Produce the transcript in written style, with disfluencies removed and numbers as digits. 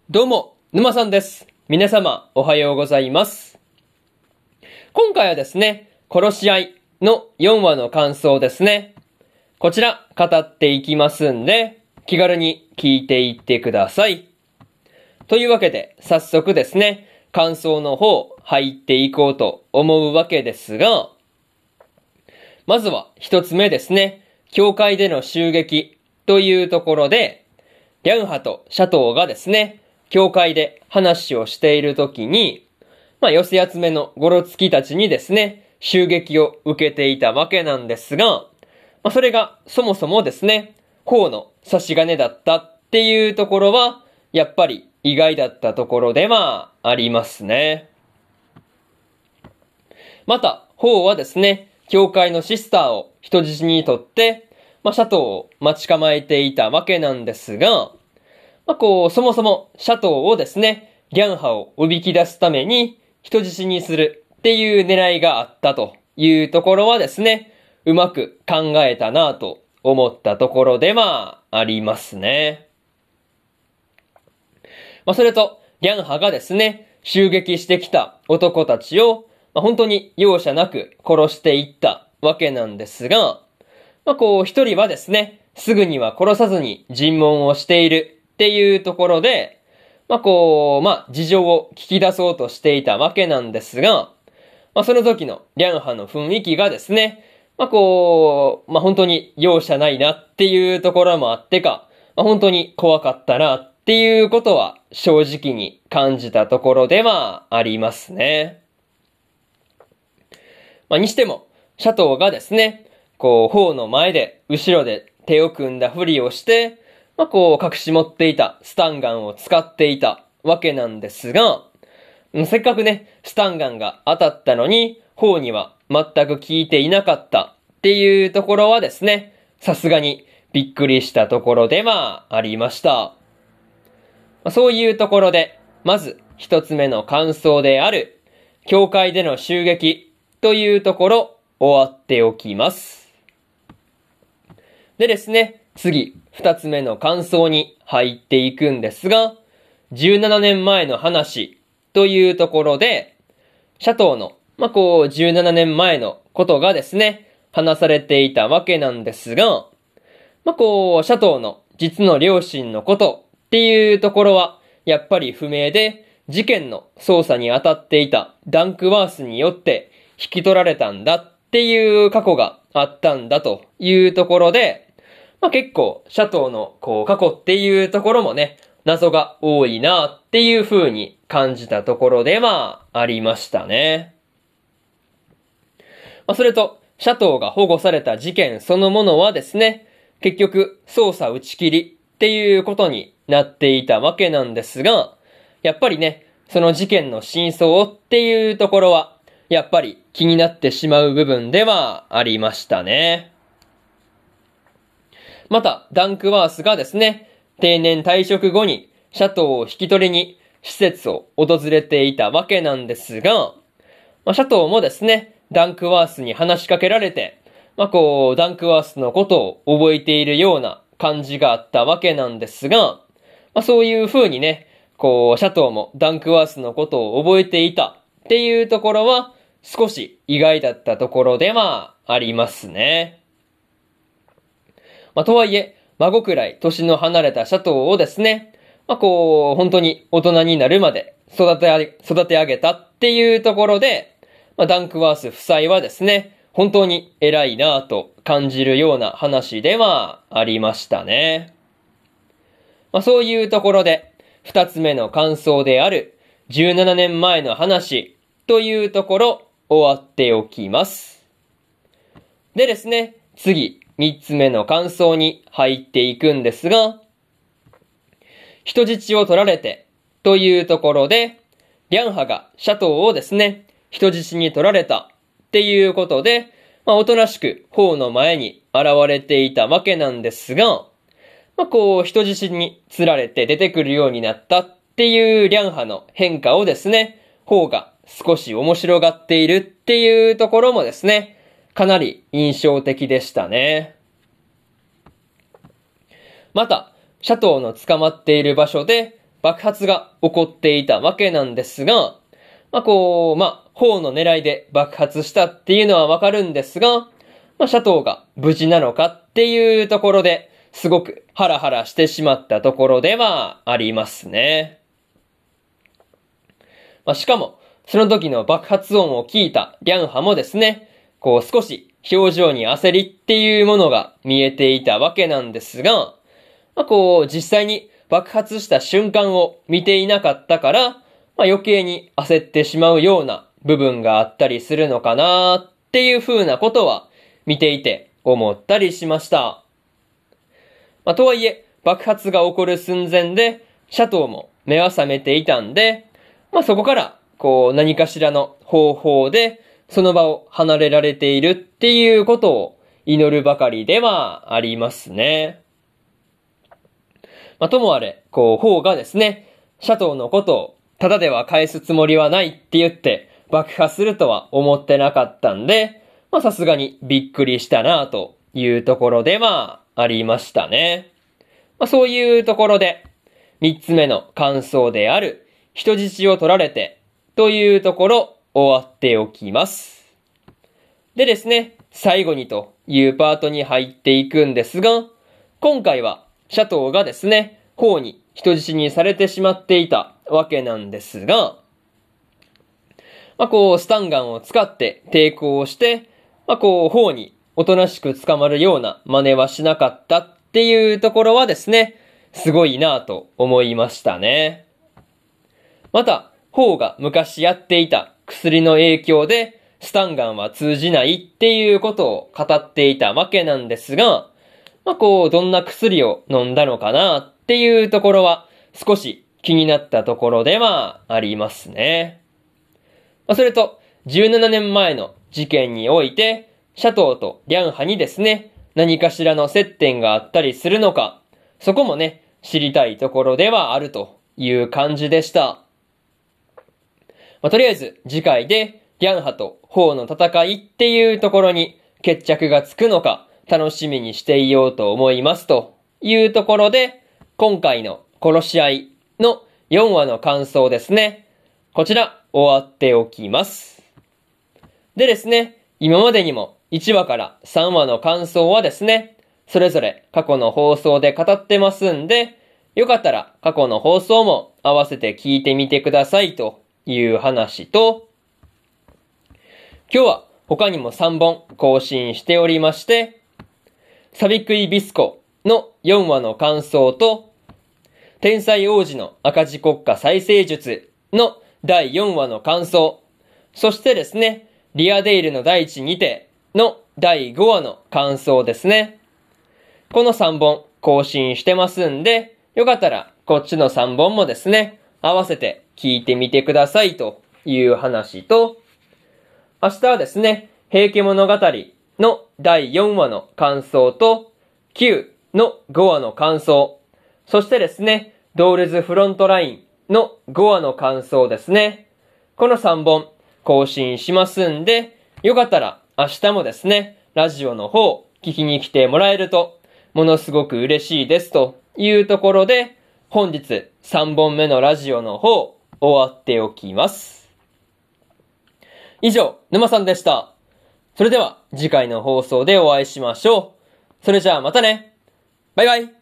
どうも、沼さんです。皆様、おはようございます。今回はですね、殺し合いの4話の感想ですね。こちら、語っていきますんで、気軽に聞いていってください。というわけで、早速ですね、感想の方、入っていこうと思うわけですが、まずは一つ目ですね、教会での襲撃というところで、リャンハとシャトーがですね、教会で話をしているときに、寄せ集めのゴロツキたちにですね、襲撃を受けていたわけなんですが、それがそもそもですね、王の差し金だったっていうところは、やっぱり意外だったところではありますね。また、王はですね、教会のシスターを人質にとって、シャトーを待ち構えていたわけなんですが、そもそもシャトーをですね、リャンハをおびき出すために人質にするっていう狙いがあったというところはですね、うまく考えたなぁと思ったところではありますね。それと、リャンハがですね、襲撃してきた男たちを、本当に容赦なく殺していったわけなんですが、一人はですね、すぐには殺さずに尋問をしているっていうところで、事情を聞き出そうとしていたわけなんですが、その時のリャンハの雰囲気がですね、本当に容赦ないなっていうところもあってか、本当に怖かったなっていうことは正直に感じたところではありますね。にしても、シャトーがですね、砲の前で後ろで手を組んだふりをして、隠し持っていたスタンガンを使っていたわけなんですが、せっかくね、スタンガンが当たったのに、砲には全く効いていなかったっていうところはですね、さすがにびっくりしたところではありました。そういうところで、まず一つ目の感想である、教会での襲撃というところ、終わっておきます。でですね、次、二つ目の感想に入っていくんですが、17年前の話というところで、シャトーの、17年前のことがですね、話されていたわけなんですが、シャトーの実の両親のことっていうところは、やっぱり不明で、事件の捜査に当たっていたダンクワースによって引き取られたんだっていう過去があったんだというところで、結構、シャトーの過去っていうところもね、謎が多いなっていう風に感じたところではありましたね。それと、シャトーが保護された事件そのものはですね、結局、捜査打ち切りっていうことになっていたわけなんですが、やっぱりね、その事件の真相っていうところは、やっぱり気になってしまう部分ではありましたね。また、ダンクワースがですね、定年退職後にシャトーを引き取りに施設を訪れていたわけなんですが、シャトーもですね、ダンクワースに話しかけられて、ダンクワースのことを覚えているような感じがあったわけなんですが、そういう風にね、シャトーもダンクワースのことを覚えていたっていうところは、少し意外だったところではありますね。とはいえ、孫くらい年の離れたシャトーをですね、本当に大人になるまで育て上げたっていうところで、ダンクワース夫妻はですね、本当に偉いなぁと感じるような話ではありましたね。そういうところで、二つ目の感想である17年前の話というところ終わっておきます。でですね、次、三つ目の感想に入っていくんですが、人質を取られてというところで、リャンハがシャトーをですね、人質に取られたっていうことで、おとなしく砲の前に現れていたわけなんですが、人質に釣られて出てくるようになったっていうリャンハの変化をですね、砲が少し面白がっているっていうところもですね、かなり印象的でしたね。また、シャトーの捕まっている場所で、 爆発が起こっていたわけなんですが、砲の狙いで爆発したっていうのはわかるんですが、シャトーが無事なのかっていうところで、すごくハラハラしてしまったところではありますね。しかも、その時の爆発音を聞いたリャンハもですね、少し表情に焦りっていうものが見えていたわけなんですが、実際に爆発した瞬間を見ていなかったから、余計に焦ってしまうような部分があったりするのかなっていう風なことは見ていて思ったりしました。とはいえ、爆発が起こる寸前で、シャトーも目は覚めていたんで、そこから、何かしらの方法で、その場を離れられているっていうことを祈るばかりではありますね。ともあれ、ホーがですね、シャトーのことを、ただでは返すつもりはないって言って、爆破するとは思ってなかったんで、さすがにびっくりしたなというところではありましたね。そういうところで、三つ目の感想である、人質を取られて、というところ、終わっておきます。でですね、最後にというパートに入っていくんですが、今回は、シャトーがですね、ホーに人質にされてしまっていたわけなんですが、スタンガンを使って抵抗をして、ホーにおとなしく捕まるような真似はしなかったっていうところはですね、すごいなぁと思いましたね。また、ホーが昔やっていた薬の影響で、スタンガンは通じないっていうことを語っていたわけなんですが、どんな薬を飲んだのかなっていうところは少し気になったところではありますね。それと、17年前の事件において、シャトーとリャンハにですね、何かしらの接点があったりするのか、そこもね、知りたいところではあるという感じでした。とりあえず次回でリャンハとホーの戦いっていうところに決着がつくのか楽しみにしていようと思いますというところで、今回の殺し合いの4話の感想ですね。こちら終わっておきます。でですね、今までにも1話から3話の感想はですね、それぞれ過去の放送で語ってますんで、よかったら過去の放送も合わせて聞いてみてくださいという話と、今日は他にも3本更新しておりまして、サビクイビスコの4話の感想と、天才王子の赤字国家再生術の第4話の感想、そしてですね、リアデイルの大地にての第5話の感想ですね。この3本更新してますんで、よかったらこっちの3本もですね、合わせて聞いてみてくださいという話と、明日はですね、平家物語の第4話の感想と、9の5話の感想、そしてですね、ドールズフロントラインの5話の感想ですね。この3本更新しますんで、よかったら明日もですね、ラジオの方聞きに来てもらえると、ものすごく嬉しいですというところで、本日3本目のラジオの方終わっておきます。以上、沼さんでした。それでは次回の放送でお会いしましょう。それじゃあまたね。バイバイ。